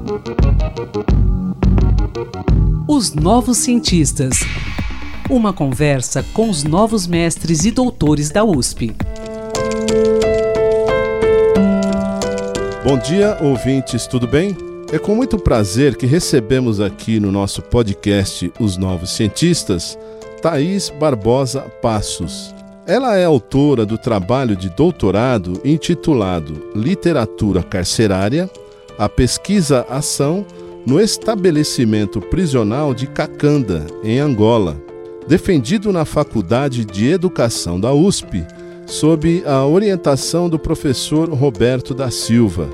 Os Novos Cientistas. Uma conversa com os novos mestres e doutores da USP. Bom dia, ouvintes, tudo bem? É com muito prazer que recebemos aqui no nosso podcast Os Novos Cientistas, Thaís Barbosa Passos. Ela é autora do trabalho de doutorado intitulado Literatura Carcerária, a pesquisa-ação no estabelecimento prisional de Cacanda, em Angola, defendido na Faculdade de Educação da USP, sob a orientação do professor Roberto da Silva.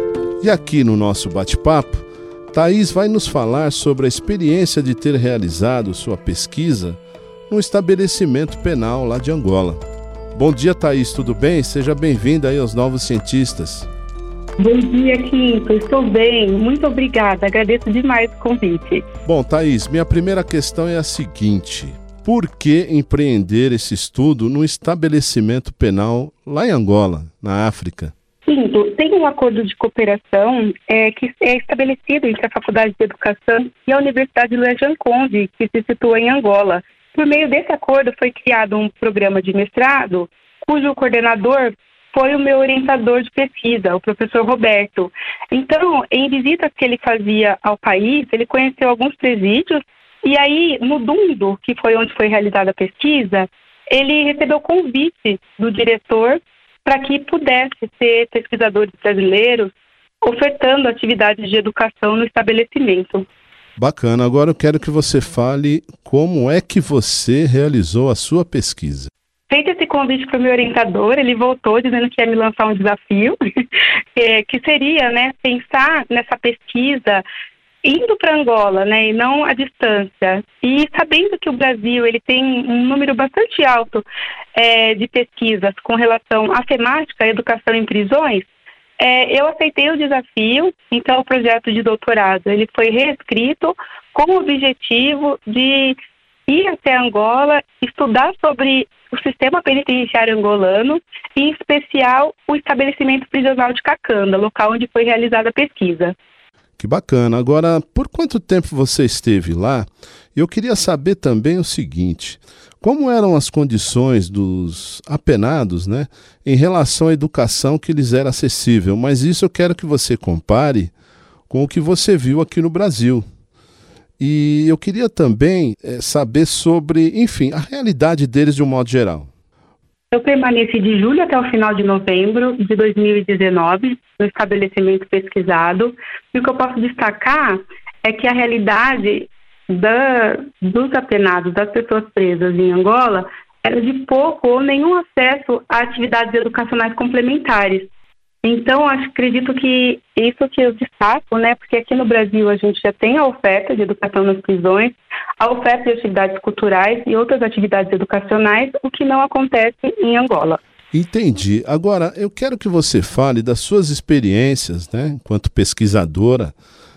E aqui no nosso bate-papo, Thaís vai nos falar sobre a experiência de ter realizado sua pesquisa no estabelecimento penal lá de Angola. Bom dia, Thaís, tudo bem? Seja bem-vinda aí aos Novos Cientistas. Bom dia, Quinto. Estou bem. Muito obrigada. Agradeço demais o convite. Bom, Thaís, minha primeira questão é a seguinte: por que empreender esse estudo no estabelecimento penal lá em Angola, na África? Quinto, tem um acordo de cooperação que é estabelecido entre a Faculdade de Educação e a Universidade Luiz Conde, que se situa em Angola. Por meio desse acordo foi criado um programa de mestrado, cujo coordenador foi o meu orientador de pesquisa, o professor Roberto. Então, em visitas que ele fazia ao país, ele conheceu alguns presídios, e aí, no Dundo, que foi onde foi realizada a pesquisa, ele recebeu convite do diretor para que pudesse ter pesquisadores brasileiros ofertando atividades de educação no estabelecimento. Bacana. Agora eu quero que você fale como é que você realizou a sua pesquisa. Feito esse convite para o meu orientador, ele voltou dizendo que ia me lançar um desafio, que seria, pensar nessa pesquisa indo para Angola, e não à distância. E sabendo que o Brasil ele tem um número bastante alto de pesquisas com relação à temática educação em prisões, eu aceitei o desafio. Então, o projeto de doutorado ele foi reescrito com o objetivo de ir até Angola, estudar sobre o sistema penitenciário angolano, e em especial o estabelecimento prisional de Cacanda, local onde foi realizada a pesquisa. Que bacana. Agora, por quanto tempo você esteve lá? Eu queria saber também o seguinte: como eram as condições dos apenados, em relação à educação que lhes era acessível? Mas isso eu quero que você compare com o que você viu aqui no Brasil. E eu queria também saber sobre, a realidade deles de um modo geral. Eu permaneci de julho até o final de novembro de 2019 no estabelecimento pesquisado. E o que eu posso destacar é que a realidade dos apenados, das pessoas presas em Angola, era de pouco ou nenhum acesso a atividades educacionais complementares. Então, acredito que isso que eu destaco, porque aqui no Brasil a gente já tem a oferta de educação nas prisões, a oferta de atividades culturais e outras atividades educacionais, o que não acontece em Angola. Entendi. Agora, eu quero que você fale das suas experiências, enquanto pesquisadora,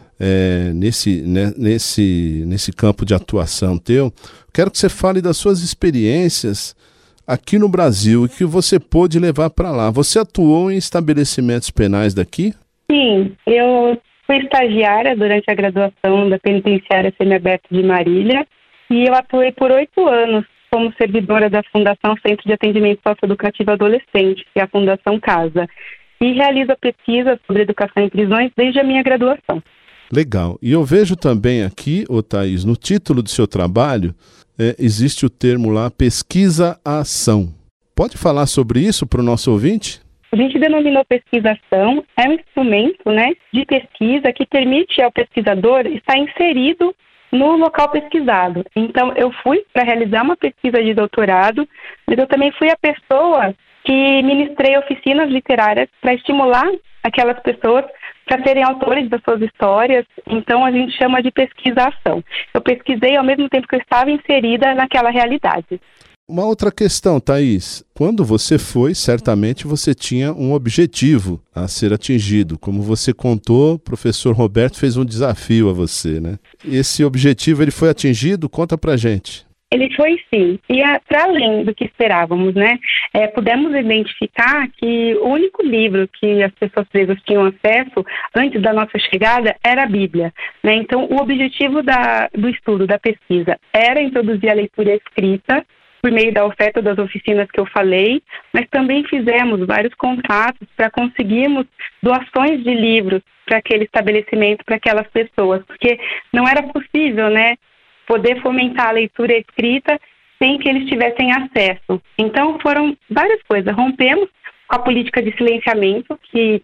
nesse campo de atuação teu. Quero que você fale das suas experiências aqui no Brasil e que você pôde levar para lá. Você atuou em estabelecimentos penais daqui? Sim, eu fui estagiária durante a graduação da Penitenciária Semiaberta de Marília e eu atuei por 8 anos como servidora da Fundação Centro de Atendimento Socioeducativo Adolescente, que é a Fundação Casa, e realizo pesquisa sobre educação em prisões desde a minha graduação. Legal. E eu vejo também aqui, Thaís, no título do seu trabalho, existe o termo lá, pesquisa-ação. Pode falar sobre isso para o nosso ouvinte? A gente denominou pesquisa-ação, é um instrumento de pesquisa que permite ao pesquisador estar inserido no local pesquisado. Então, eu fui para realizar uma pesquisa de doutorado, mas eu também fui a pessoa que ministrei oficinas literárias para estimular aquelas pessoas para serem autores das suas histórias. Então, a gente chama de pesquisa-ação. Eu pesquisei ao mesmo tempo que eu estava inserida naquela realidade. Uma outra questão, Thaís. Quando você foi, certamente você tinha um objetivo a ser atingido. Como você contou, o professor Roberto fez um desafio a você, Esse objetivo ele foi atingido? Conta pra gente. Ele foi sim, e para além do que esperávamos, né? Pudemos identificar que o único livro que as pessoas pregas tinham acesso antes da nossa chegada era a Bíblia, né? Então, o objetivo do estudo, da pesquisa, era introduzir a leitura escrita por meio da oferta das oficinas que eu falei, mas também fizemos vários contatos para conseguirmos doações de livros para aquele estabelecimento, para aquelas pessoas, porque não era possível, né, poder fomentar a leitura escrita sem que eles tivessem acesso. Então, foram várias coisas. Rompemos com a política de silenciamento que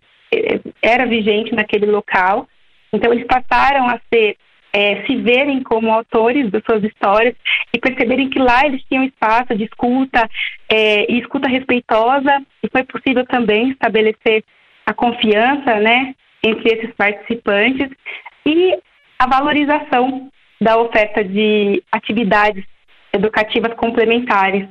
era vigente naquele local. Então, eles passaram a se verem como autores das suas histórias e perceberem que lá eles tinham espaço de escuta e escuta respeitosa, e foi possível também estabelecer a confiança, né, entre esses participantes e a valorização da oferta de atividades educativas complementares,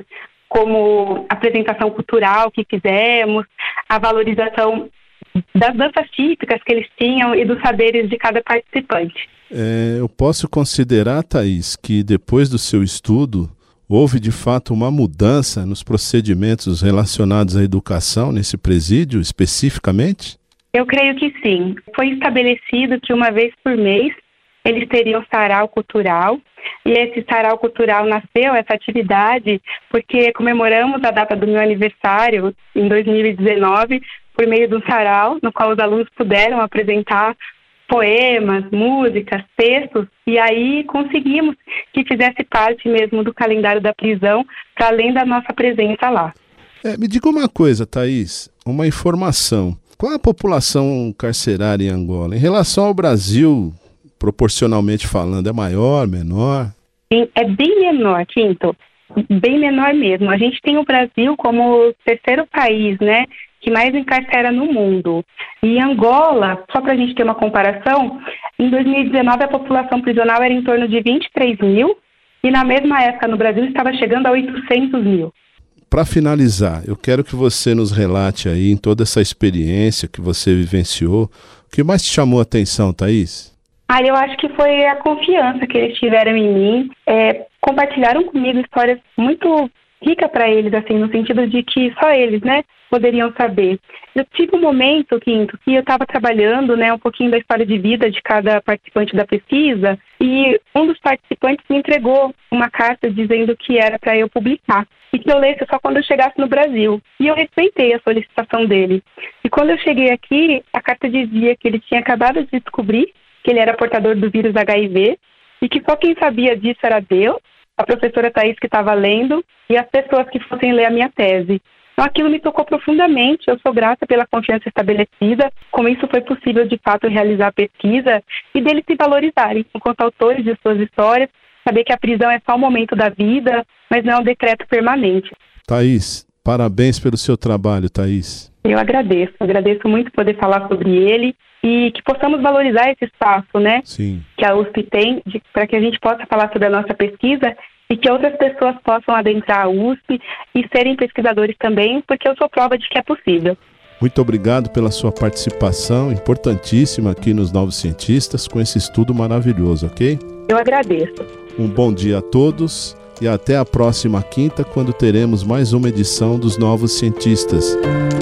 como apresentação cultural que fizemos, a valorização das danças típicas que eles tinham e dos saberes de cada participante. Eu posso considerar, Thaís, que depois do seu estudo houve de fato uma mudança nos procedimentos relacionados à educação nesse presídio especificamente? Eu creio que sim. Foi estabelecido que uma vez por mês eles teriam sarau cultural, e esse sarau cultural nasceu, essa atividade, porque comemoramos a data do meu aniversário em 2019 por meio do sarau, no qual os alunos puderam apresentar poemas, músicas, textos, e aí conseguimos que fizesse parte mesmo do calendário da prisão, para além da nossa presença lá. Me diga uma coisa, Thaís, uma informação. Qual a população carcerária em Angola? Em relação ao Brasil, proporcionalmente falando, é maior, menor? Sim, é bem menor, Quinto. Bem menor mesmo. A gente tem o Brasil como o terceiro país, né, que mais encarcera no mundo. E Angola, só para a gente ter uma comparação, em 2019 a população prisional era em torno de 23 mil, e na mesma época no Brasil estava chegando a 800 mil. Para finalizar, eu quero que você nos relate aí, em toda essa experiência que você vivenciou, o que mais te chamou a atenção, Thaís? Eu acho que foi a confiança que eles tiveram em mim. Compartilharam comigo histórias muito ricas para eles, assim, no sentido de que só eles, né, poderiam saber. Eu tive um momento, Quinto, que eu estava trabalhando, né, um pouquinho da história de vida de cada participante da pesquisa, e um dos participantes me entregou uma carta dizendo que era para eu publicar e que eu lesse só quando eu chegasse no Brasil. E eu respeitei a solicitação dele. E quando eu cheguei aqui, a carta dizia que ele tinha acabado de descobrir que ele era portador do vírus HIV e que só quem sabia disso era Deus, a professora Thaís que estava lendo e as pessoas que fossem ler a minha tese. Então aquilo me tocou profundamente, eu sou grata pela confiança estabelecida, como isso foi possível de fato realizar a pesquisa e deles se valorizarem enquanto autores de suas histórias, saber que a prisão é só um momento da vida, mas não é um decreto permanente. Thaís, parabéns pelo seu trabalho, Thaís. Eu agradeço muito poder falar sobre ele e que possamos valorizar esse espaço, né? Sim. Que a USP tem, para que a gente possa falar sobre a nossa pesquisa e que outras pessoas possam adentrar a USP e serem pesquisadores também, porque eu sou prova de que é possível. Muito obrigado pela sua participação, importantíssima aqui nos Novos Cientistas, com esse estudo maravilhoso, ok? Eu agradeço. Um bom dia a todos e até a próxima quinta, quando teremos mais uma edição dos Novos Cientistas.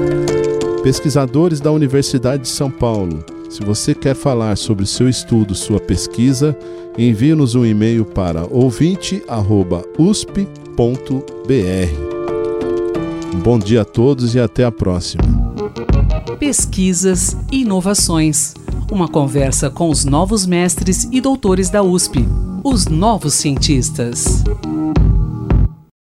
Pesquisadores da Universidade de São Paulo, se você quer falar sobre o seu estudo, sua pesquisa, envie-nos um e-mail para ouvinte@usp.br. Um bom dia a todos e até a próxima. Pesquisas e inovações. Uma conversa com os novos mestres e doutores da USP, os novos cientistas.